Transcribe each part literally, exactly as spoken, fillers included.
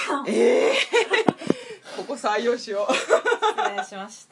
ええー、ここ採用しよう。 失礼しました。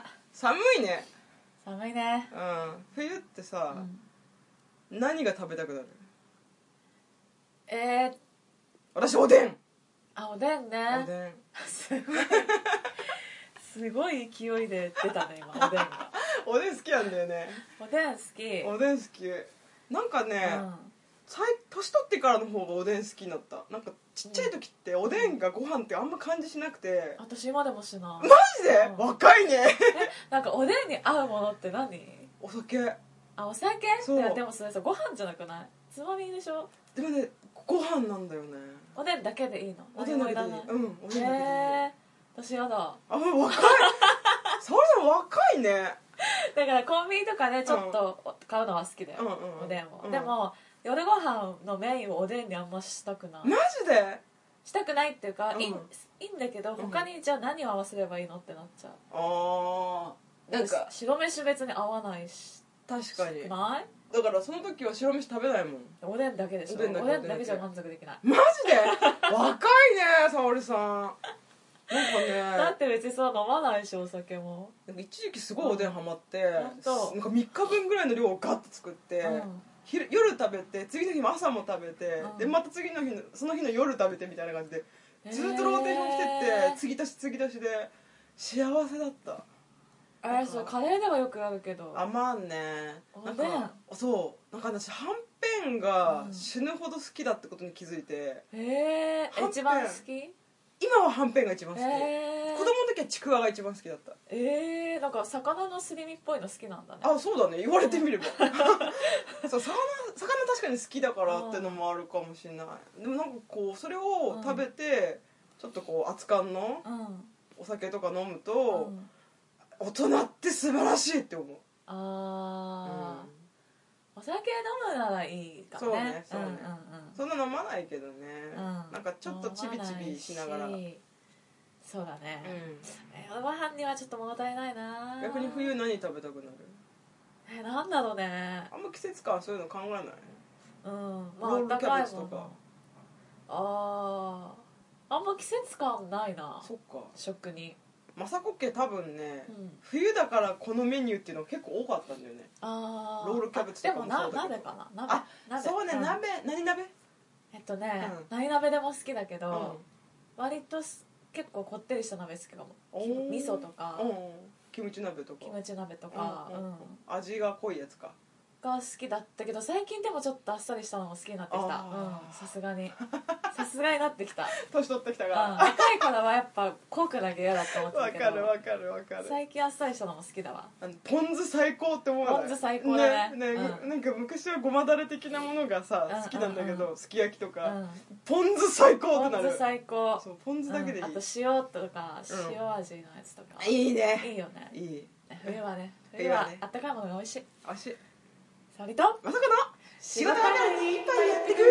寒いね。 寒いね。 うん。冬ってさ、 うん、 何が食べたくなる？ えー、 私おでん。 あ、おでんね。 おでんすごいすごい勢いで出たね今、おでんが。 おでん好きなんだよね。 おでん好き。 おでん好き。なんかね、うん、年取ってからの方がおでん好きになった。なんかちっちゃい時っておでんがご飯ってあんま感じしなくて。 私今でもしない。 マジで、うん、若いね。 え、なんかおでんに合うものって何？ お酒。 あ、お酒？ そう。 いやでもそれさ、ご飯じゃなくない？つまみでしょ？ でもね、ご飯なんだよね。 おでんだけでいいの？ おでんだけでいい。うん、おでんだけでいい。 えー、私やだ。 あ、若い。沙織さん若いね。 だからコンビニとかでちょっと買うのは好きだよ、うんうんうん、おでんを、うん、でも夜ご飯のメインをおでんにあんましたくない。 マジで？ したくないっていうか、うん、いい、いいんだけど、 うん、 他にじゃあ何を合わせればいいのってなっちゃう。 ああ、なんか白飯別に合わないし。 確かにない？ だからその時は白飯食べないもん。 おでんだけでしょ。おでんだけ、おでんだけじゃ満足できない。 マジで？若いね、沙織さん。なんかね、 だって別にそう飲まないし、お酒も。 なんか一時期すごいおでんハマって、うん、 なんかみっかぶんぐらいの量をガッと作って、うん、昼夜食べて次の日も朝も食べて、うん、でまた次の日のその日の夜食べてみたいな感じでずっとローテーションしてって継ぎ足し継ぎ足しで幸せだった。 あれ、それカレーではよくあるけど。 あ、まあね、なんかそうなんか私はんぺんが死ぬほど好きだってことに気づいて、 うん、へえ、一番好き？ 今ははんぺんが一番好き。子供の時はちくわが一番好きだった。 えー、なんか魚のすり身っぽいの好きなんだね。 あ、そうだね、言われてみればそう、魚、魚確かに好きだからってのもあるかもしれない。でもなんかこうそれを食べて、うん、ちょっとこう熱燗のお酒とか飲むと、うん、大人って素晴らしいって思う。 あー、うん、お酒飲むならいいかもね。 そうね、そうね、うんうんうん、そんな飲まないけどね、うん、なんかちょっとちびちびしながら。 そうだね、うん、夜ご飯にはちょっと物足りないな。 逆に冬何食べたくなる？ え、なんだろうね。 あんま季節感そういうの考えない？ うん、まああったかいもの。ああ、あんま季節感ないな。 そっか、 食に。 まさこ家多分ね、うん、冬だからこのメニューっていうの結構多かったんだよね。あ、ロールキャベツとかもそうだけど。でもな鍋かな、鍋。 あ、鍋、そうね、うん、鍋、何鍋？ えっとね、うん、何鍋でも好きだけど、うん、割と結構こってりした鍋好きかも。味噌とか、うん、 キムチ鍋とか、 キムチ鍋とか、 うんうん、味が濃いやつかが好きだったけど、最近でもちょっとあっさりしたのも好きになってきた。さすがにさすがになってきた。 年取ってきたが、 うん、若い頃はやっぱ濃くなきゃ嫌だと思ってたけど、 わかるわかるわかる。 最近あっさりしたのも好きだわ。 あのポン酢最高って思う。 ポン酢最高だね。 ね、ね、うん、なんか昔はごまだれ的なものがさ、うん、好きなんだけど、うんうん、すき焼きとか、うん、ポン酢最高ってなる。 ポン酢最高。 そう、ポン酢だけでいい、うん、 あと塩とか、塩味のやつとか、 うん、いいね、 いいよね。 いい。 冬はね、冬はあったかいものが美味しい。 美味しい。 沙織とまさかの仕事上がりに一杯やってく。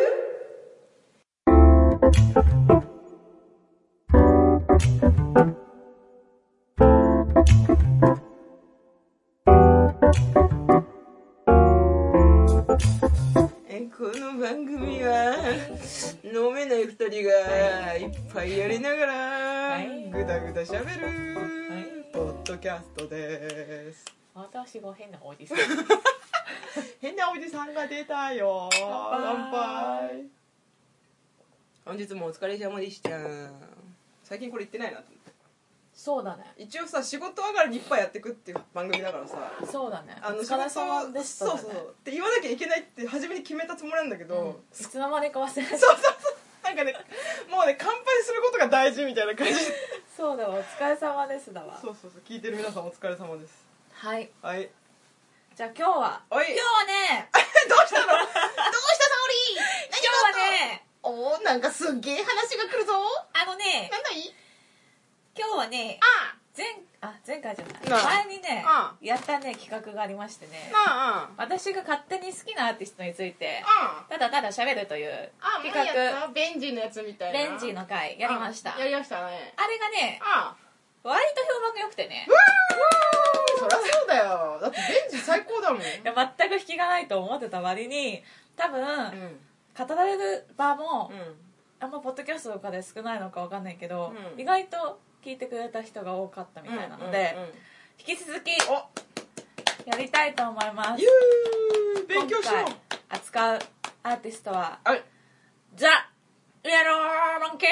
この番組は飲めないふたりが一杯やりながらぐだぐだしゃべるポッドキャストです。 私が変なおじさん変なおじさんが出たよ。乾杯。本日もお疲れ様でした。最近これ言ってないなと思って。 そうだね。 一応さ、仕事上がりに一杯やってくっていう番組だからさ。 そうだね。 あのお疲れ様でした、ね、 そうそうって言わなきゃいけないって初めに決めたつもりなんだけど、うん、いつの間にか忘れてそうそうそう、なんかね、もうね、乾杯することが大事みたいな感じそうだわ、お疲れ様ですだわ。 そうそうそう、聞いてる皆さんお疲れ様です。 はいはい。 じゃあ今日はおい、 今日はねどうしたのどうした沙織。 今日はね、 おー、なんかすっげえ話が来るぞ。 あのね、 なんだい今日はね、 あ前あ前回じゃない、前にねやったね企画がありましてね、 ああ私が勝手に好きなアーティストについてあただただ喋るという企画、 ベンジーのやつみたいな、 ベンジーの回やりました。 やりましたね。 あれがね、 あ割と評判が良くてね。 そりゃそうだよ、だってベンジー最高だもん。いや全く引きがないと思ってた割に多分、うん、語られる場も、うん、 あんまポッドキャストとかで少ないのかわかんないけど、 うん意外と聞いてくれた人が多かったみたいなので、 うんうんうん、 引き続きおやりたいと思います。 ゆー勉強しよう。 今回扱うアーティストは、 はい、 ザ・イエローモンキ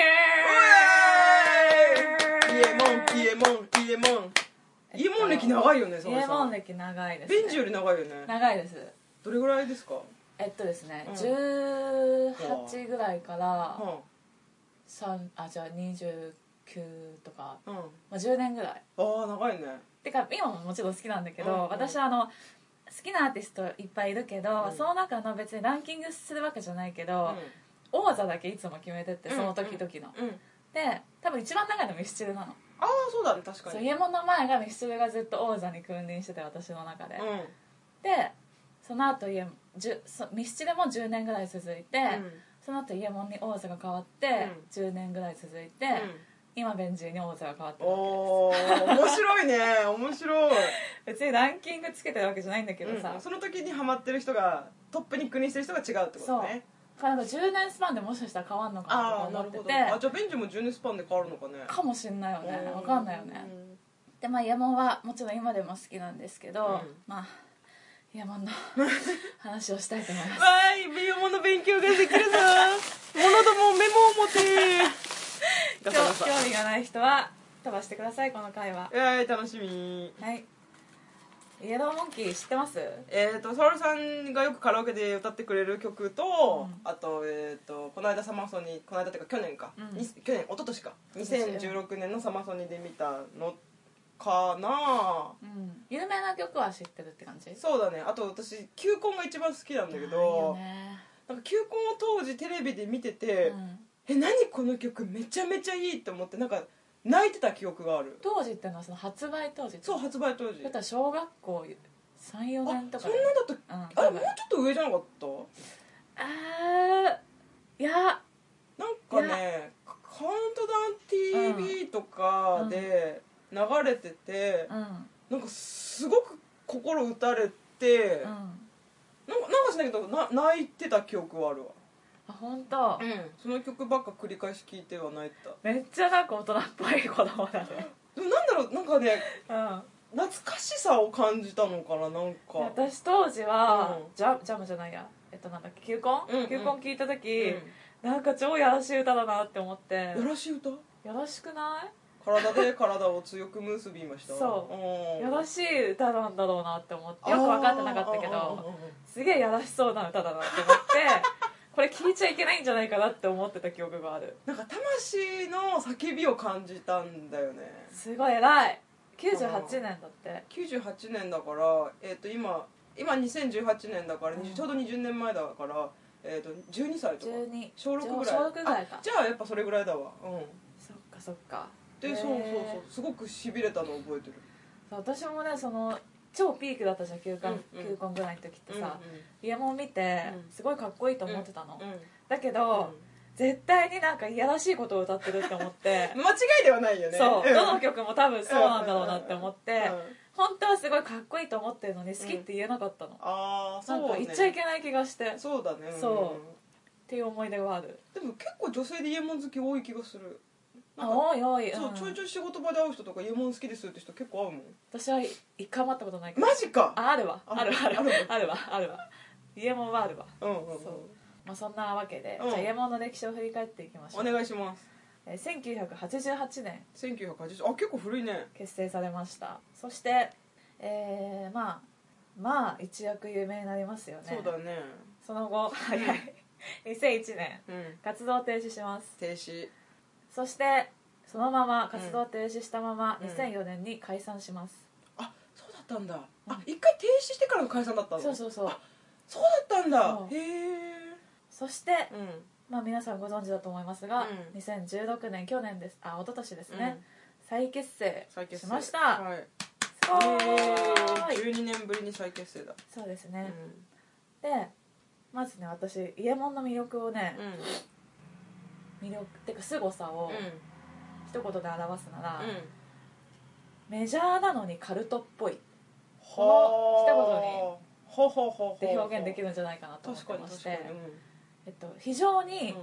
ー。 イエモンイエモンイエモン、イエモン歴長いよね。 イエモン歴長いです、 ね。ベンジより長いよね。 長いです。 どれぐらいですか？ えっとですね、 うん、 じゅうはちぐらいから、 はさんあじゃあにじゅうきゅうとか、 うん、 まあ、じゅうねんぐらい。 ああ長いね。 てか今ももちろん好きなんだけど、 うんうん、 私はあの好きなアーティストいっぱいいるけど、 うん、 その中の別にランキングするわけじゃないけど、うん、王座だけいつも決めてってその時々の、うんうん、で多分一番長いのミスチルなの。 ああそうだね、確かに。 そう、イエモンの前がミスチルがずっと王座に君臨してて私の中で、 うん、 でその後イエじゅそミスチルもじゅうねんぐらい続いて、うん、その後イエモンに王座が変わって、うん、じゅうねんぐらい続いて、うん、今ベンジーに王座が変わってるわけです。 おー面白いね、面白い。 別にランキングつけてるわけじゃないんだけどさ、 うん、その時にハマってる人がトップに君臨してる人が違うってことね。 そうなんかじゅうねんスパンでもしかしたら変わるのかなと思ってて、 ああ、じゃあベンジもじゅうねんスパンで変わるのかね。 かもしんないよね、分かんないよね。でまあイエモンはもちろん今でも好きなんですけど、うん、まあイエモンの話をしたいと思います。 わーい、イエモンの勉強ができるぞ。ものどもメモを持て。 興味がない人は飛ばしてください、この回は。 はい、楽しみ。 はい。イエローモンキー知ってます？ えっと沙織さんがよくカラオケで歌ってくれる曲と、うん、あとえっ、ー、とこの間サマソニこの間っていうか去年か、うん、去年一昨年かにせんじゅうろくねんのサマソニで見たのかな、 うん、有名な曲は知ってるって感じ？ そうだね。あと私球根が一番好きなんだけど、ね、なんか球根を当時テレビで見てて、うん、え何この曲めちゃめちゃいいって思ってなんか泣いてた記憶がある。 当時ってのはその発売当時？ そう、発売当時だったら小学校 さん,よ 年とか。 そんなんだった、うん、あれもうちょっと上じゃなかった？ あーいやなんかねカウントダウン ティーブイ とかで流れてて、うん、なんかすごく心打たれて、うん、なんかなんかしないけどな泣いてた記憶はあるわ。 あ、本当。 うん、その曲ばっか繰り返し聴いては泣いてた。 めっちゃなんか大人っぽい子供だね。 でもなんだろう、なんかね、うん、懐かしさを感じたのかな。なんか私当時は、うん、ジャジャムじゃないや、えっとなんだっけ、球根、うんうん、球根聴いた時、うん、なんか超やらしい歌だなって思って。やらしい歌？ やらしくない？ 体で体を強く結びました。 そう、やらしい歌なんだろうなって思って、よく分かってなかったけど、すげえやらしそうな歌だなって思ってこれ聞いちゃいけないんじゃないかなって思ってた記憶がある。 なんか魂の叫びを感じたんだよね。 すごい偉い。きゅうじゅうはちねんだって。 きゅうじゅうはちねんだから、えー、と 今, 今にせんじゅうはちねんだから、うん、ちょうどにじゅうねんまえだから、えー、とじゅうにさいとか小ろくぐらい。 小ろくぐらいか。 じゃあやっぱそれぐらいだわ。うん、 そっかそっか。 でそうそうそう、すごくしびれたのを覚えてる。 私もね、その超ピークだったじゃん、きゅうかん、うんうん、きゅうかんぐらいの時ってさ、うんうん、イエモン見てすごいかっこいいと思ってたの、うんうん、だけど、うん、絶対になんかいやらしいことを歌ってるって思って間違いではないよね。 そう、どの曲も多分そうなんだろうなって思って、うん、本当はすごいかっこいいと思ってるのに好きって言えなかったの、うん、ああそうね、なんか言っちゃいけない気がして。 そうだね、 そう、うん、っていう思い出がある。 でも結構女性でイエモン好き多い気がする。 あ、多い多い、 そう、うん、ちょいちょい仕事場で会う人とかイエモン好きですって人結構会うもん。 私は一回も会ったことないけど。 マジか。 あ、あるわ、あるあるあるあるわあるわイエモンはあるわ。うんうん、うん、そう、まあ、そんなわけで、うん、じゃあイエモンの歴史を振り返っていきましょう。 お願いします。 えー、せんきゅうひゃくはちじゅうはちねんせんきゅうひゃくはちじゅう、あ、結構古いね。 結成されました。そして、えー、まあまあ一躍有名になりますよね。 そうだね。 その後早いにせんいちねん、うん、活動停止します。 停止。そしてそのまま活動停止したままにせんよねんに解散します、 うん、あ、そうだったんだ、うん、あ、一回停止してからの解散だったの。 そうそうそう、 あ、そうだったんだ。へえ。 そして、うん、まあ皆さんご存知だと思いますが、うん、にせんじゅうろくねん、去年です、あ、一昨年ですね、うん、再結成しました。はい、すごい。 じゅうにねんぶりに再結成だ。 そうですね、うん、でまずね、私イエモンの魅力をね、うん、魅力っていうか凄さを、うん一言で表すなら、うん、メジャーなのにカルトっぽい、この一言にで表現できるんじゃないかなと思ってまして、うん、えっと、非常に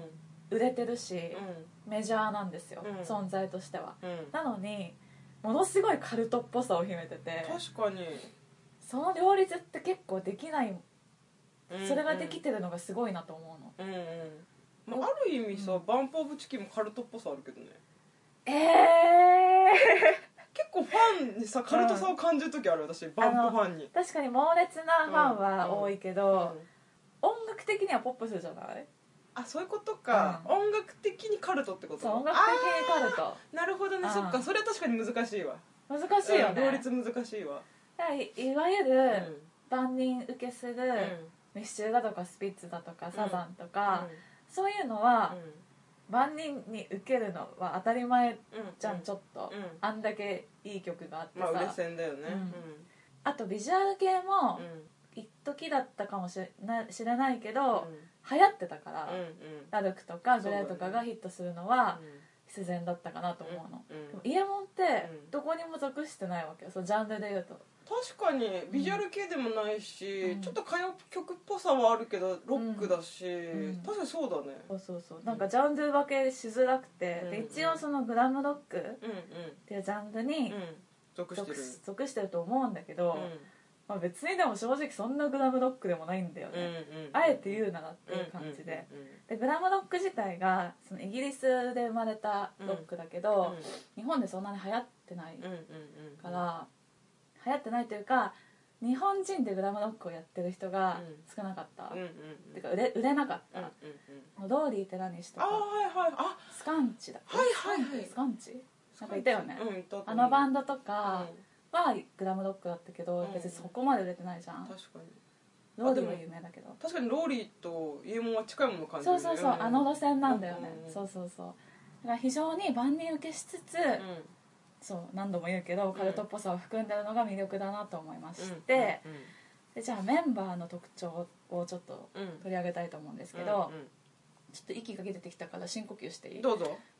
売れてるし、うん、メジャーなんですよ、うん、存在としては、うん、なのにものすごいカルトっぽさを秘めてて、 確かにその両立って結構できない、うんうん、それができてるのがすごいなと思うの、うんうんまあ、ある意味さ、うん、バンプオブチキンもカルトっぽさあるけどね。 えー結構ファンにさカルトさを感じる時ある、うん、私バンプファンに。 確かに猛烈なファンは多いけど、うんうん、音楽的にはポップスじゃない？ あ、そういうことか、うん、音楽的にカルトってこと？ そう、音楽的にカルト。 なるほどね、そっか、それは確かに難しいわ。 難しいよね、 両立難しいわ。 い, いわゆる万人受けする、うん、ミッシュだとかスピッツだとかサザンとか、うん、そういうのは、うん、万人に受けるのは当たり前じゃん、うん、ちょっと、うん、あんだけいい曲があってさ、 まあ売れ線だよね、うん、 あとビジュアル系も、一時だったかもしれない、知らないけど、流行ってたから、うんうん、ラルクとかグレーとかがヒットするのは必然だったかなと思うの、うんうん、でもイエモンってどこにも属してないわけよ、そのジャンルで言うと。 確かにビジュアル系でもないし、うん、ちょっと歌謡曲っぽさはあるけどロックだし、うん、確かにそうだね。 そうそうそう、なんかジャンル分けしづらくて、うん、で一応そのグラムロックっていうジャンルに属してる、属してると思うんだけど、うんまあ、別にでも正直そんなグラムロックでもないんだよね、うんうんうん、あえて言うならっていう感じで、うんうんうん、でグラムロック自体がそのイギリスで生まれたロックだけど、うんうん、日本でそんなに流行ってないから、うんうんうん、流行ってないというか日本人でグラムロックをやってる人が少なかった、うんうんうん、てか売れ、売れなかった、うんうんうん、ローリー・テラニシとか、 あ、はいはい、あスカンチだ、 はいはいはい、 スカンチなんかいたよね、 うん、 あのバンドとか、うんはグラムロックだったけど、うん、別にそこまで売れてないじゃん。 確かにローリーは有名だけど、 確かにローリーとイエモンは近いものを感じる、ね、 そうそうそう、あの路線なんだよね、うん、そうそうそう。だから非常に万人受けしつつ、うん、そう何度も言うけどカルトっぽさを含んでるのが魅力だなと思いまして、うんうんうん、でじゃあメンバーの特徴をちょっと取り上げたいと思うんですけど、うんうん、ちょっと息が出てきたから深呼吸していい？ どうぞ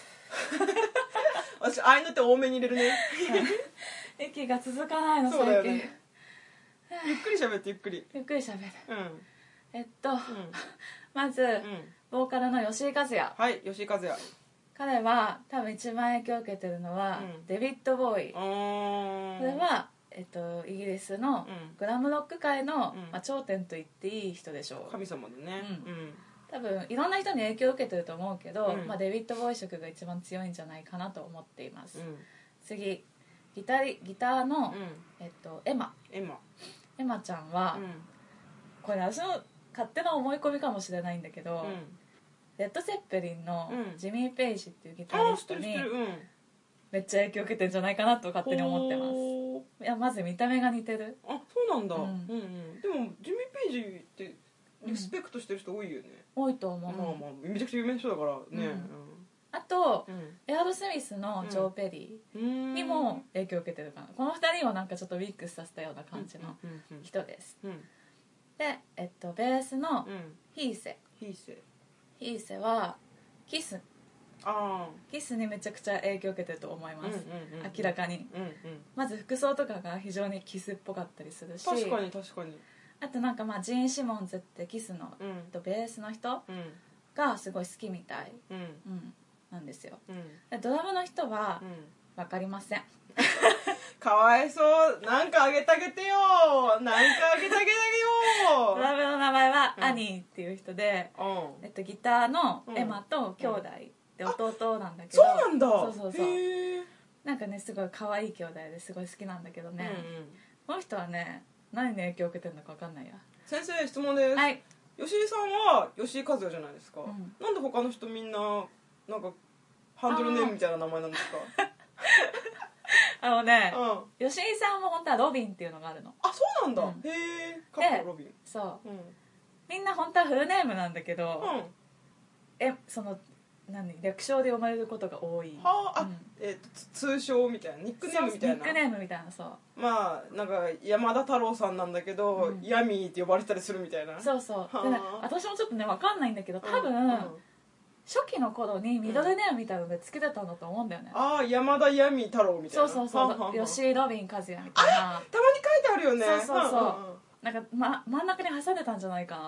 私ああいうのって多めに入れるね息が続かないの最近、ね、 ゆっくり喋ってゆっくりゆっくり喋る、 うん、 えっと、うん、まず、うん、ボーカルの吉井和也、 はい吉井和也、 彼は多分一番影響を受けてるのは、うん、デビッド・ボーイ、これは、えっと、イギリスのグラムロック界の、うんまあ、頂点と言っていい人でしょう。 神様だね、 うんうん、多分いろんな人に影響を受けてると思うけど、うんまあ、デビッド・ボーイ色が一番強いんじゃないかなと思っています、うん、次ギタリギターの、うんえっと、エマエマエマちゃんは、うん、これ私の勝手な思い込みかもしれないんだけど、うん、レッド・セッペリンのジミー・ペイジっていうギタリストに、うん、めっちゃ影響を受けてるんじゃないかなと勝手に思ってます。いやまず見た目が似てる。 あそうなんだ、うんうんうん、でもジミー・ペイジってリスペクトしてる人多いよね、 うん、多いと思う、 まあまあ、めちゃくちゃ有名な人だからね、うんうん、 あと、うん、エアロスミスのジョー・ペリーにも影響を受けてるかな。このふたりをなんかちょっとウィックスさせたような感じの人です、うんうんうん、で、えっと、ベースのヒーセ、 ヒーセヒーセはキスあキスにめちゃくちゃ影響を受けてると思います、うんうんうんうん、明らかに、うんうん、まず服装とかが非常にキスっぽかったりするし、 確かに確かに。あとなんかまあジーン・シモンズってキスの、うん、とベースの人がすごい好きみたい、うんうん、なんですよ、うん、ドラムの人は分かりません、 かわいそう。なんかあげてあげてよ。なんかあげてあげてあげよう。 ドラムの名前はアニーっていう人で、うんえっと、ギターのエマと兄弟で弟なんだけど、 そうなんだ。 そうそうそう。なんかねすごい可愛い兄弟ですごい好きなんだけどね、うんうん、この人はね何に影響を受けてるのか分かんないや。 先生質問です、 はい、 吉井さんは吉井和也じゃないですか、うん、なんで他の人みんななんかハンドルネームみたいな名前なんですか？ あのね、うん、吉井さんも本当はロビンっていうのがあるの。 あそうなんだ、うん、へえかっこロビン。 そう、うん、みんな本当はフルネームなんだけど、うん、えその何略称で読まれることが多い。 はあ、うん、えー、と通称みたいなニックネームみたいな。 ニックネームみたいな。そうまあなんか山田太郎さんなんだけど、うん、ヤミーって呼ばれたりするみたいな。 そうそうで、ね、私もちょっとね分かんないんだけど多分、うんうん、初期の頃にミドルネームみたいなのでつけてたんだと思うんだよね、 うん、ああ山田ヤミー太郎みたいな。 そうそうそう吉井ロビン和也みたいな。たまに書いてあるよね。 そうそうそう、うんうん、なんか、ま、真ん中に挟んでたんじゃないかな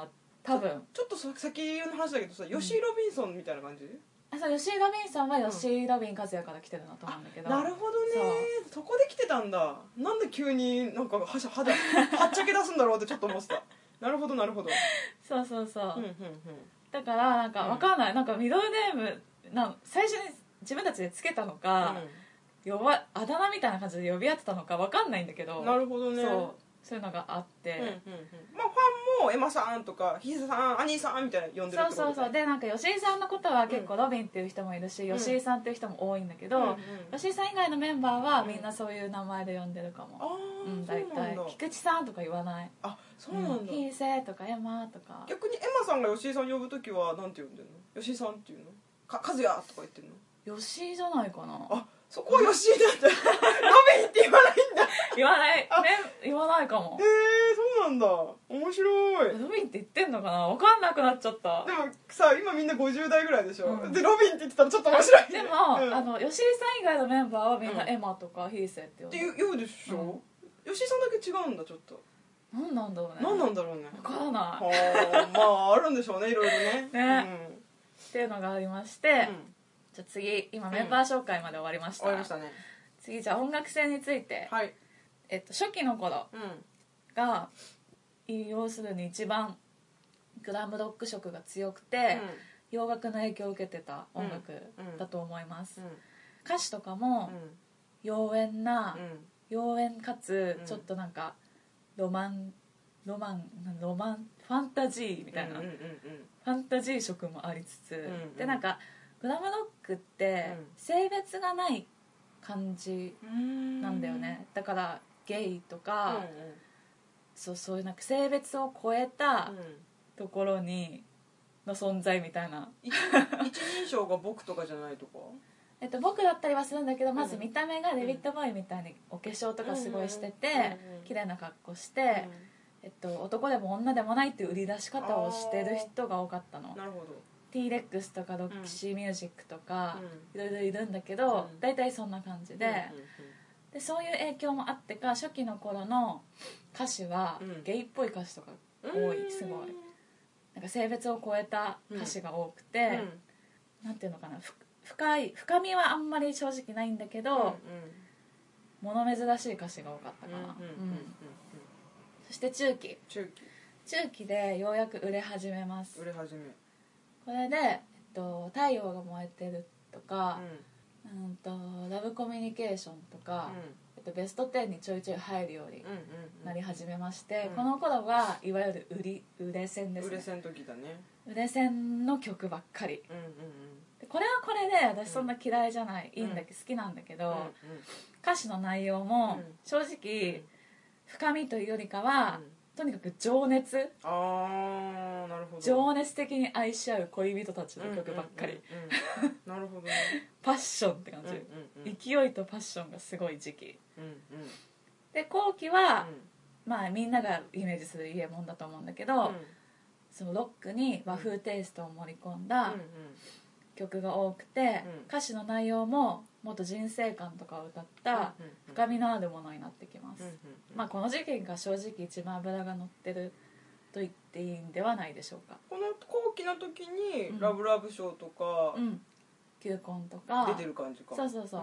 多分ちょっと先の話だけどさ、吉井ロビンソンみたいな感じ、 あ、そう、吉井ロビンソンは吉井ロビン和也から来てるなと思うんだけど、 なるほどね、そこで来てたんだ。なんで急になんかはしゃはだはっちゃけ出すんだろうってちょっと思ってた。なるほどなるほど。 そうそうそう、 うんうんうん、 だからなんかわかんない、なんかミドルネームな最初に自分たちでつけたのか、うん、呼ばあだ名みたいな感じで呼び合ってたのかわかんないんだけど、 なるほどね、 そうそういうのがあって、うんうんうん、 まあファンもエマさんとかヒサさん、アニーさんみたいな呼んでるってことで、 そうそうそう、でなんか吉井さんのことは結構ロビンっていう人もいるし、うん、吉井さんっていう人も多いんだけど、うんうん、吉井さん以外のメンバーはみんなそういう名前で呼んでるかも、うん、大体菊池さんとか言わない。 あ、そうなんだ、 ヒーセとかエマとか。 逆にエマさんが吉井さん呼ぶときはなんて呼んでるの？吉井さんっていうの？か和也とか言ってるの？吉井じゃないかな。 あ、そこは吉井なんだ。ロビンって言わないんだ。 言わない、ね、言わないかも。 へえ、そうなんだ。面白い。 ロビンって言ってんのかな、分かんなくなっちゃった。 でもさ、今みんなごじゅう代ぐらいでしょ、うん、でロビンって言ってたらちょっと面白い、 ね、でも、うん、あの吉井さん以外のメンバーはみんなエマとかヒーセって呼んでる。 って言うでしょ、うん、吉井さんだけ違うんだ。ちょっと何なんだろうね。 何なんだろうね、 分からない。 はまああるんでしょうね、いろいろね。ね、 うん、っていうのがありまして、うん、じゃあ次、今メンバー紹介まで終わりました、 うん、終わりましたね。 次じゃあ音楽性について、 はい、 えっと、初期の頃が、うん、要するに一番グラムロック色が強くて、うん、洋楽の影響を受けてた音楽だと思います、うんうん、歌詞とかも妖艶な、うん、妖艶かつちょっとなんかロマンロマンロマンファンタジーみたいな、うんうんうんうん、ファンタジー色もありつつ、うんうん、でなんかグラムロックって性別がない感じなんだよね。だからゲイとか、うんうん、そう、そういうなんか性別を超えたところにの存在みたいな、 一人称が僕とかじゃないとかえっと、僕だったりはするんだけど、まず見た目がデビッド・ボーイみたいにお化粧とかすごいしてて、綺麗な格好して、えっと、男でも女でもないっていう売り出し方をしてる人が多かったの。 なるほど。 ティーレックス とかロキシーミュージックとか、いろいろいるんだけど、大体そんな感じで、でそういう影響もあってか初期の頃の歌詞はゲイっぽい歌詞とか多い、すごいなんか性別を超えた歌詞が多くて、うんうん、なんていうのかな、深い深みはあんまり正直ないんだけど、うんうん、物珍しい歌詞が多かったかな。そして中期中期中期でようやく売れ始めます。 売れ始めこれで、えっと、太陽が燃えてるとか、うんうんとラブコミュニケーションとか、うんえっと、ベストテンにちょいちょい入るようになり始めまして、うんうんうん、この頃はいわゆる売り売れ線ですね。 売れ線時だね。 売れ線の曲ばっかり、うんうんうん、でこれはこれで私そんな嫌いじゃない、うん、いいんだけど好きなんだけど、うんうん、歌詞の内容も正直深みというよりかは、うんとにかく情熱、 あー、なるほど、 情熱的に愛し合う恋人たちの曲ばっかり、 うんうんうん、なるほどね。 パッションって感じ、うんうんうん、勢いとパッションがすごい時期、うんうん、で後期は、うん、まあみんながイメージする家もんだと思うんだけど、うん、そのロックに和風テイストを盛り込んだ曲が多くて、うんうん、歌詞の内容ももっと人生観とかを歌った深みのあるものになってきます、うんうんうん、まあこの時期が正直一番脂が乗ってると言っていいんではないでしょうか。 この後期の時にラブラブショーとか、 うん、球根とか出てる感じか。 そうそうそう、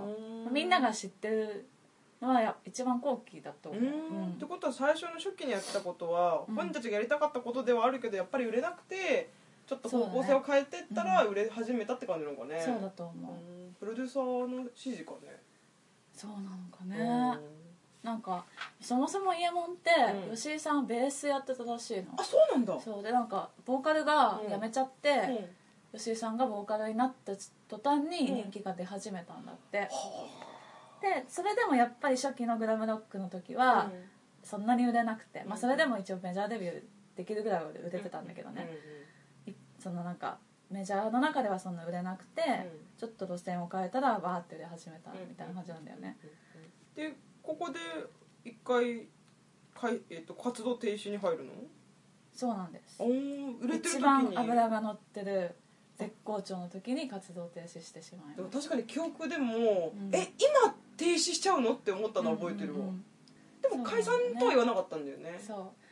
みんなが知ってるのは一番後期だと思う。うん、 ってことは最初の初期にやったことは、うん、本人たちがやりたかったことではあるけどやっぱり売れなくてちょっと方向性を変えてったら売れ始めたって感じなのかね。 そうだと思う。 うん、プロデューサーの指示かね。 そうなのかね。なんかそもそもイエモンって、うん、吉井さんベースやってたらしいの。 あ、そうなんだ。 そうでなんかボーカルがやめちゃって、うんうん、吉井さんがボーカルになった途端に人気が出始めたんだって、うん、でそれでもやっぱり初期のグラムロックの時は、うん、そんなに売れなくて、まあ、それでも一応メジャーデビューできるぐらいは売れてたんだけどね、うん、そのなんかメジャーの中ではそんな売れなくて、うん、ちょっと路線を変えたらバーって売れ始めたみたいな感じなんだよね。 でここで一回かい、えー、と活動停止に入るの？ そうなんです。 お売れてる時に一番脂が乗ってる絶好調の時に活動停止してしまいます。 確かに記憶でも、うん、え今停止しちゃうのって思ったのは覚えてるわ、うんうんうん、でも解散とは言わなかったんだよね。 そう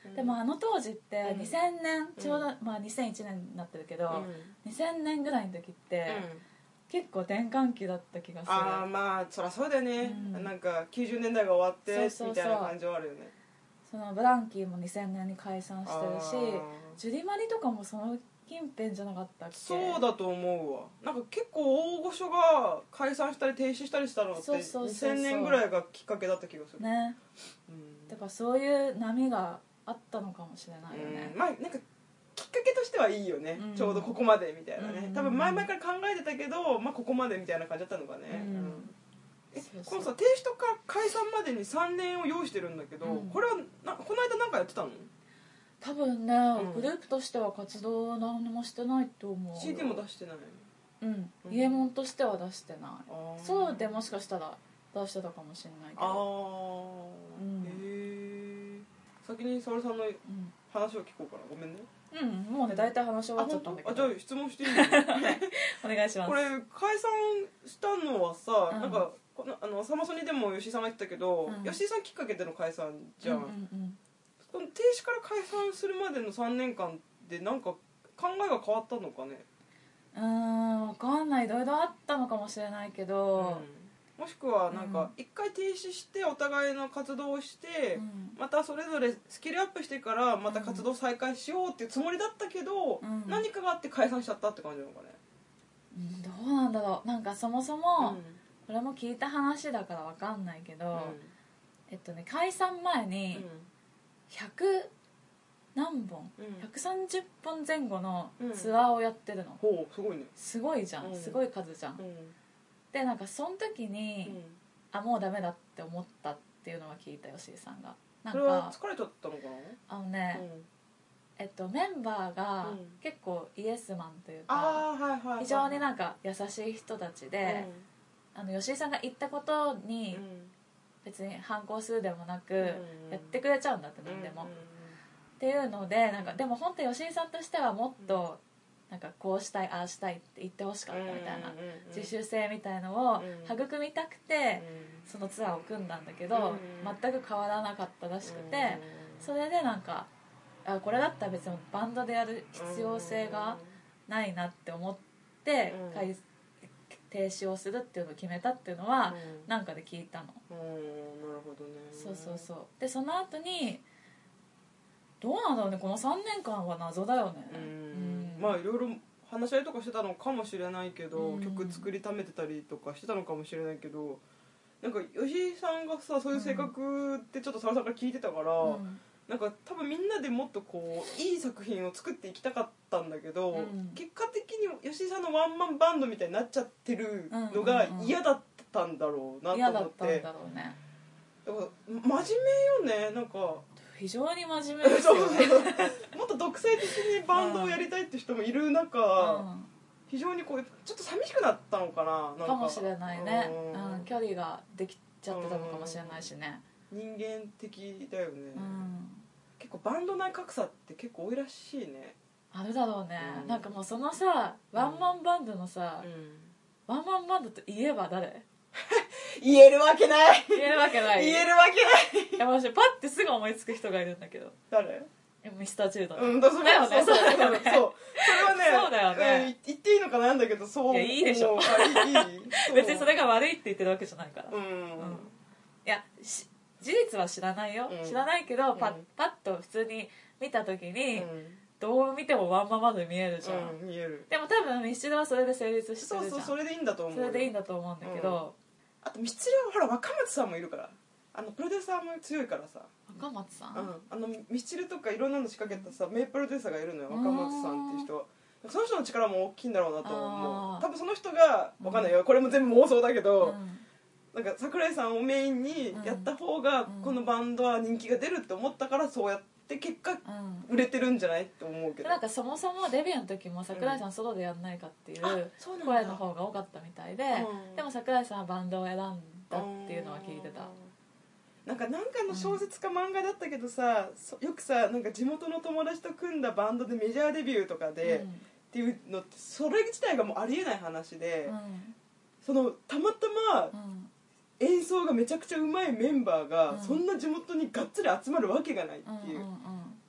うん、でもあの当時ってにせんねん、うん、ちょうど、まあ、にせんいちねんになってるけど、うん、にせんねんぐらいの時って、うん、結構転換期だった気がする。 ああまあそりゃそうだよね、うん、なんかきゅうじゅうねんだいが終わってそうそうそうみたいな感じはあるよね。 そのブランキーもにせんねんに解散してるし、ジュディマリとかもその近辺じゃなかったっけ。 そうだと思うわ。なんか結構大御所が解散したり停止したりしたのってにせんねんぐらいがきっかけだった気がするね、うん、だからそういう波があったのかもしれないよね、 うん、まあなんかきっかけとしてはいいよね、うん、ちょうどここまでみたいなね、うん、多分前々から考えてたけど、まあ、ここまでみたいな感じだったのかね、うんうん、えそうそうこのさ停止とか解散までにさんねんを用意してるんだけど、うん、これはなこの間何かやってたの？ 多分ね、うん、グループとしては活動は何もしてないと思う。 シーディー も出してない？ うん、イエモンとしては出してない。そうでもしかしたら出してたかもしれないけど。ああ、 うん、へえ。先に沙織さんの話を聞こうかな。ごめんね。 うん、もうね大体話終わっちゃったんだけど。 あ、じゃあ質問していいの？ お願いします。 これ解散したのはさ、うん、なんかこのあのサマソニでも吉井さんが言ってたけど、うん、吉井さんきっかけでの解散じゃん。うんうんうん、その停止から解散するまでのさんねんかんでなんか考えが変わったのかね？ うーん、分かんない。いろいろあったのかもしれないけど、 うん、もしくはなんか一回停止してお互いの活動をして、うん、またそれぞれスキルアップしてからまた活動再開しようっていうつもりだったけど、うん、何かがあって解散しちゃったって感じなのかね？ うん、どうなんだろう。なんかそもそも、うん、これも聞いた話だから分かんないけど、うん、えっとね解散前にひゃく何本、うん、ひゃくさんじゅっぽんぜん後のツアーをやってるの、うん、 ほうすごいね。 すごいじゃん、うん、すごい数じゃん、うん、でなんかその時に、うん、あもうダメだって思ったっていうのは聞いたよ、吉井さんが。なんかそれは疲れちゃったのかな？ あのね、うん、えっと、メンバーが結構イエスマンというか、 はいはいはい、 非常になんか優しい人たちで、うん、あの吉井さんが言ったことに別に反抗するでもなく、うん、やってくれちゃうんだって何でも、うん、っていうのでなんかでも本当吉井さんとしてはもっとなんかこうしたいああしたいって言ってほしかったみたいな、自主性みたいのを育みたくてそのツアーを組んだんだけど、全く変わらなかったらしくて、それでなんかあこれだったら別にバンドでやる必要性がないなって思って停止をするっていうのを決めたっていうのはなんかで聞いたの。 うん、なるほどね。 そうそうそう。でその後にどうなんだろうね、このさんねんかんは謎だよね。うん、 うん、まあいろいろ話し合いとかしてたのかもしれないけど、うん、曲作りためてたりとかしてたのかもしれないけど、なんか吉井さんがさそういう性格ってちょっと沙織さんから聞いてたから、うん、なんか多分みんなでもっとこういい作品を作っていきたかったんだけど、うん、結果的に吉井さんのワンマンバンドみたいになっちゃってるのが嫌だったんだろうなと思って。嫌だったんだろうね。だから真面目よね。なんか非常に真面目ですよね。 もっと独裁的にバンドをやりたいって人もいる中、うん、非常にこうちょっと寂しくなったのかな。なんかかもしれないね、うん、距離ができちゃってたのかもしれないしね。 人間的だよね、うん、結構バンド内格差って結構多いらしいね。 あるだろうね、うん、なんかもうそのさワンマンバンドのさ、うん、ワンマンバンドといえば誰？ 言えるわけない言えるわけない言えるわけない。 いや私パッてすぐ思いつく人がいるんだけど。 誰？ ミスターチルドレン。 うん、だそれはね、そうだよね。そう。それはね、 そうだよね、 うん、言っていいのかなんだけど、そう。 いやいいでしょ。いいいい別にそれが悪いって言ってるわけじゃないから。うん。うん、いや事実は知らないよ。うん、知らないけど、パッパッと普通に見た時に。うんどう見てもワンマンバンドに見えるじゃん、 うん、見える。 でも多分ミスチルはそれで成立してるじゃん。 そうそう、それでいいんだと思う。 それでいいんだと思うんだけど、 うん、あとミスチルはほら若松さんもいるから、あのプロデューサーも強いからさ。 若松さん、 うん、あのミスチルとかいろんなの仕掛けたさ名プロデューサーがいるのよ、若松さんっていう人は。その人の力も大きいんだろうなと思う。多分その人が分かんないよ、うん、これも全部妄想だけど、うん、なんか桜井さんをメインにやった方がこのバンドは人気が出るって思ったからそうやってで結果、うん、売れてるんじゃないって思うけど、 なんかそもそもデビューの時も桜井さんソロでやんないかっていう声の方が多かったみたいで、うん、でも桜井さんはバンドを選んだっていうのは聞いてた。 なんかなんかの小説か漫画だったけどさ、うん、よくさなんか地元の友達と組んだバンドでメジャーデビューとかで、うん、っていうのってそれ自体がもうありえない話で、うん、そのたまたま、うん演奏がめちゃくちゃ上手いメンバーがそんな地元にがっつり集まるわけがないっていう、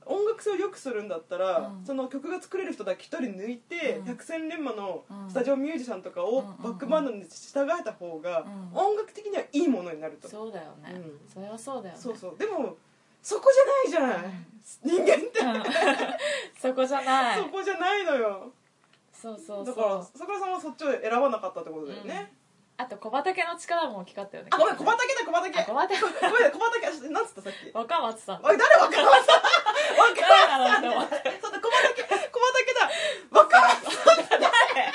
音楽性を良くするんだったら、 うん、 その曲が作れる人だけ一人抜いて、うん、百戦錬磨のスタジオミュージシャンとかをバックバンドに従えた方が、うん、音楽的にはいいものになると。 そうだよね、うん、それはそうだよね。 そうそう。でもそこじゃないじゃない、うん、人間って、うん、 そこじゃないそこじゃないのよ。 そうそうそう。 だから桜さんはそっちを選ばなかったってことだよね、 うん、あと小畑の力も大きかったよね。 あ、ごめん、小畑だ、小畑。 小畑。 ごめん、小畑、なんつったさっき。 若松さん。 おい、誰若松さん。若松さん。そうだ、小畑、小畑だ。若松さん。誰。わかんない。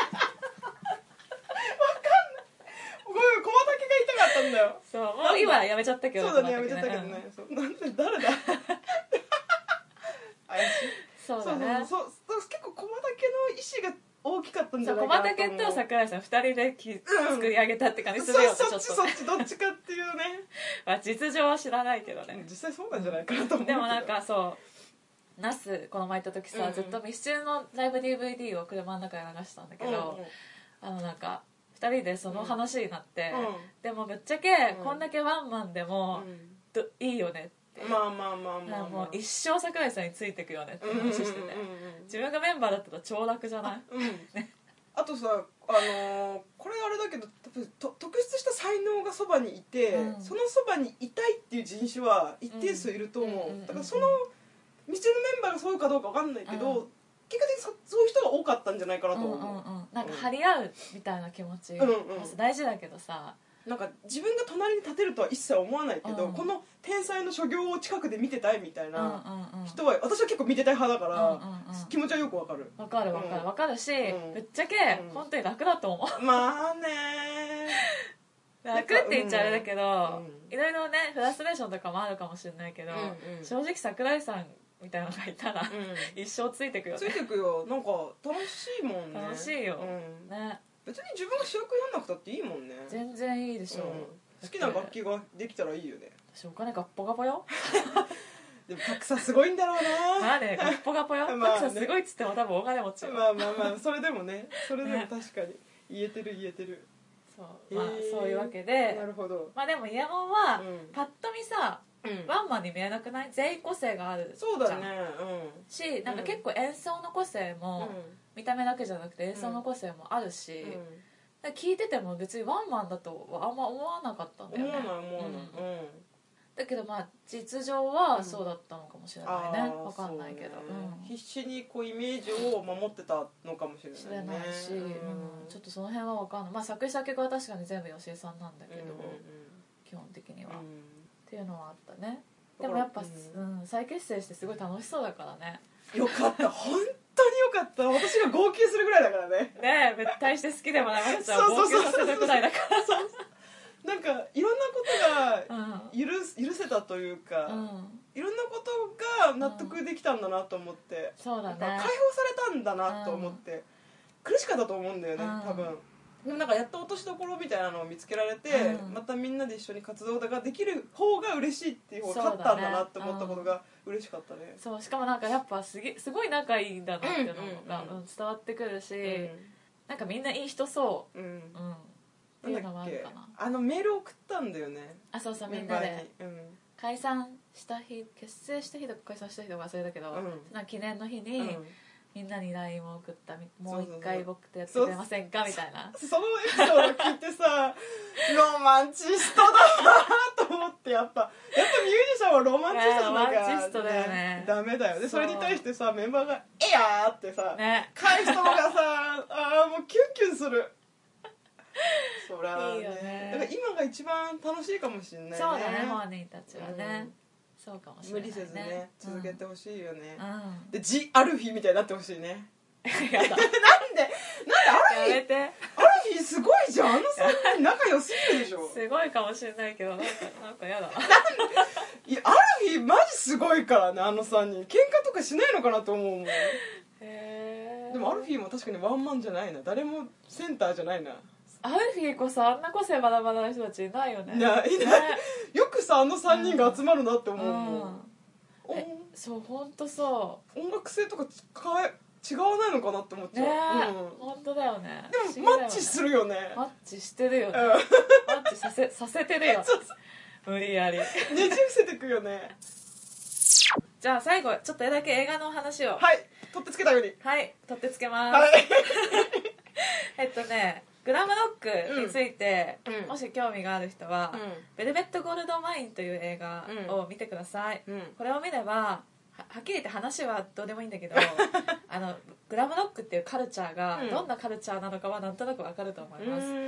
ごめん、小畑が言いたかったんだよ。 そう、もう今やめちゃったけど。 そうだね、やめちゃったけどね。そう、なんで、誰だ。怪しい。 そうだね。 そう、そう、結構小畑の意志が大きかったんじゃないかなと思う。 小畑と桜井さんふたりでき、うん、作り上げたって感じするよね。 そっちそっちどっちかっていうね。 まあ実情は知らないけどね。 実際そうなんじゃないかなと思うけど。 でもなんかそう那須この前行った時さ、うんうん、ずっとミスチルのライブ ディーブイディー を車の中で流したんだけど、うんうん、あのなんかふたりでその話になって、うん、でもぶっちゃけ、うん、こんだけワンマンでも、うん、いいよねって。 まあまあまあまあ、まあ、 もう一生桜井さんについてくよねって話してて、自分がメンバーだったら超楽じゃない？ うんね。あとさ、あのー、これあれだけど多分と特筆した才能がそばにいて、うん、そのそばにいたいっていう人種は一定数いると思う、うん、だからそのミスチルのメンバーがそういうかどうか分かんないけど、うん、結果的に そ, そういう人が多かったんじゃないかなと思う、うんうんうん、 なんか張り合うみたいな気持ち、うんうん、大事だけどさ、 なんか自分が隣に立てるとは一切思わないけど、うん、この天才の所業を近くで見てたいみたいな人は、私は結構見てたい派だから、うんうんうん、気持ちはよくわかるわかるわかるわかるし、うん、ぶっちゃけ、うん、本当に楽だと思う。 まあね楽って言っちゃあれだけど、うん、いろいろねフラストレーションとかもあるかもしれないけど、うんうん、正直桜井さんみたいなのがいたら、うん、一生ついてくよね。 ついてくよ。なんか楽しいもんね。 楽しいよ、うん、ね。 別に自分が主役やんなくたっていいもんね。 全然いいでしょ、うん、 好きな楽器ができたらいいよね。 私お金ガッポガポよ。 でも格差すごいんだろうな。 まあね、ガッポガポよ。まあね、格差すごいっつっても多分お金持ちよ。 まあまあまあそれでもね、それでも確かに言えてる言えてる。 そう、まあ、えー、そういうわけで、 なるほど。 まあでもイヤモンは、うん、パッと見さ、うん、ワンマンに見えなくない？全員個性があるじゃん。 そうだね、うん、 し、なんか結構演奏の個性も、うん、見た目だけじゃなくて演奏の個性もあるし、うん、聞いてても別にワンマンだとはあんま思わなかったんだよね。 思わない思わない、うんうん、 だけどまあ実情はそうだったのかもしれないね、うん、分かんないけど、ね、 うん、必死にこうイメージを守ってたのかもしれないね。知れないし、うん、 ちょっとその辺は分かんない。まあ作詞作曲は確かに全部吉井さんなんだけど、うんうんうん、基本的には、うん、っていうのはあったね。でもやっぱ、うんうん、再結成してすごい楽しそうだからね。 よかった、本当によかった。私が号泣するぐらいだからね。 ねえ、大して好きでもなかったら号泣させるぐらいだからそうなんかいろんなことが許、許せたというか、うん、いろんなことが納得できたんだなと思って、 うん、そうだね、 解放されたんだなと思って、うん、苦しかったと思うんだよね、多分。でもなんかやっと落としどころみたいなのを見つけられて、うん、またみんなで一緒に活動ができる方が嬉しいっていう方が勝ったんだなって思ったことが嬉しかったね。 そう、しかもなんかやっぱすげすごい仲いいんだなっていうのが伝わってくるし、うん、なんかみんないい人そう、うんうん、っていうのもあるかな。 あのメール送ったんだよね。 あ、そうそう、みんなで、うん、解散した日、結成した日とか解散した日とか忘れたけど、うん、なんか記念の日に、うん、みんなに ライン を送った。もう一回僕とやってくれませんかみたいな。 そのエピソード聞いてさロマンチストだなと思って、やっぱやっぱミュージシャンはロマンチストじゃなきゃ、ね、 ロマンチストだよね。 ダメだよ。でそれに対してさメンバーが「えやー」ってさ、ね、返すのがさあーもうキュンキュンする。そりゃね、いいよね。だから今が一番楽しいかもしれないね。 そうだね、本人たちはね、うん、そうかもしれない、ね、 無理せずね続けてほしいよね、 うん、 でジ・アルフィーみたいになってほしいね。 やだなんでなんでアルフィーやめて。アルフィーすごいじゃん。あのさんにん仲良すぎるでしょ。 すごいかもしれないけどなんかなんかやだ。なんでいやアルフィーマジすごいからね。あのさんにん喧嘩とかしないのかなと思うもん。へー。でもアルフィーも確かにワンマンじゃないな。誰もセンターじゃないな。 アルフィーこそあんな個性バラバラな人たちいないよね。 いやいない、ね、よくさあのさんにんが集まるなって思うもん、 うん、えそう本当そう。 音楽性とか変え違わないのかなって思っちゃう、 ねえ、うん、本当だよね。 でもマッチするよね。 マッチしてるよね、うん、マッチさせさせてるよ無理やりねじ伏せてくよね。 じゃあ最後ちょっとだけ映画の話をはい取ってつけたようにはい取ってつけます、 はいえっとねグラムロックについて、 うん、 もし興味がある人は、 うん、 ベルベットゴールドマインという映画を見てください、うん、これを見れば は, はっきり言って話はどうでもいいんだけどあのグラムロックっていうカルチャーがどんなカルチャーなのかはなんとなくわかると思います、うん、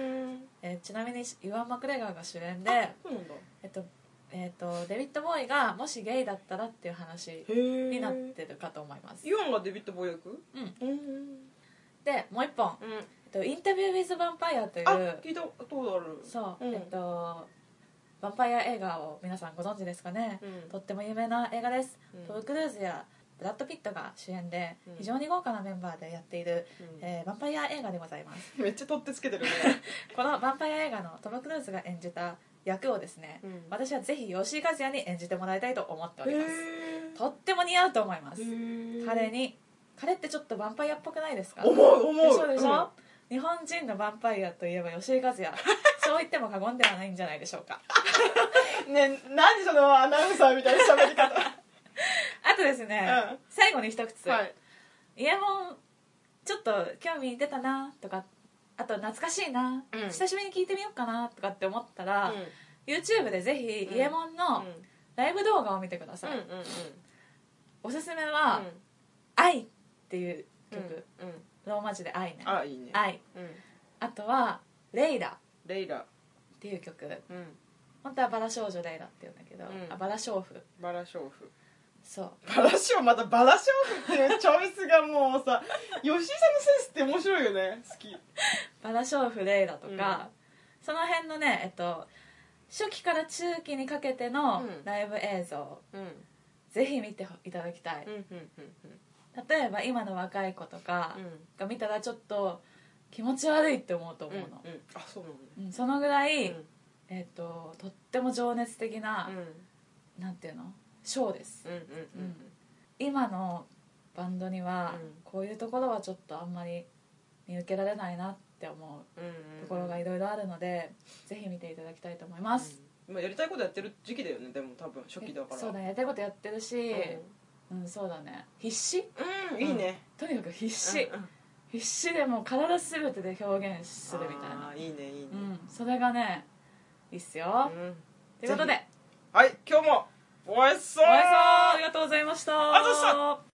えちなみにイワン・マクレガーが主演で、えっとえっと、デビッド・ボーイがもしゲイだったらっていう話になってるかと思います。 イワンがデビッド・ボーイ役？ うん、うん、でもう一本、うん、えっと、インタビュー・ウィズ・ヴァンパイアという、 あ、聞いたことある。 そう、うん、えっとヴァンパイア映画を皆さんご存知ですかね、うん、とっても有名な映画です、うん、トム・クルーズやブラッド・ピットが主演で、うん、非常に豪華なメンバーでやっている、うん、えー、ヴァンパイア映画でございます。 めっちゃ取ってつけてるねこのヴァンパイア映画のトム・クルーズが演じた役をですね、うん、私はぜひ吉井和也に演じてもらいたいと思っております。とっても似合うと思います。彼に彼ってちょっとヴァンパイアっぽくないですか？ 思う思うでしょでしょ、うん、日本人のヴァンパイアといえば吉井和也そう言っても過言ではないんじゃないでしょうかね、何そのアナウンサーみたいな喋り方あとですね、うん、最後に一口、 はい、 イエモンちょっと興味出たなとか、あと懐かしいな、うん、久しぶりに聞いてみようかなとかって思ったら、うん、YouTube でぜひイエモンのライブ動画を見てください、うんうんうん、おすすめは、うん、愛っていう曲、うんうん、ローマ字で愛ね、 あ、いいね、 愛、うん、あとはレイラレイラっていう曲、 うん、 本当はバラ少女レイラって言うんだけど、うん、あバラ娼婦バラ娼婦そうバラ娼またバラ娼婦っていうチョイスがもうさ吉井さんのセンスって面白いよね。好きバラ娼婦レイラとか、うん、その辺のね、えっと、初期から中期にかけてのライブ映像、うん、ぜひ見ていただきたい、うんうんうんうん、例えば今の若い子とかが見たらちょっと気持ち悪いって思うと思うの、 うんうん、あ、そうなのね、 うん、そのぐらい、うん、えっと、とっても情熱的な、うん、なんていうのショーです、うんうんうんうん、今のバンドには、うん、こういうところはちょっとあんまり見受けられないなって思うところがいろいろあるので、ぜひ見ていただきたいと思います、 うん、今やりたいことやってる時期だよね。でも多分初期だからそうだ、やりたいことやってるし、うん、うん、そうだね、必死、 うん、いいね、 とにかく必死、うんうん、必死でもう体全てで表現するみたいな、 あ、いいねいいね、 うん、それがねいいっすよ、うん、ということで、 はい、今日もお会いしそう、 お会いしそう、ありがとうございました。 ありがとうございました。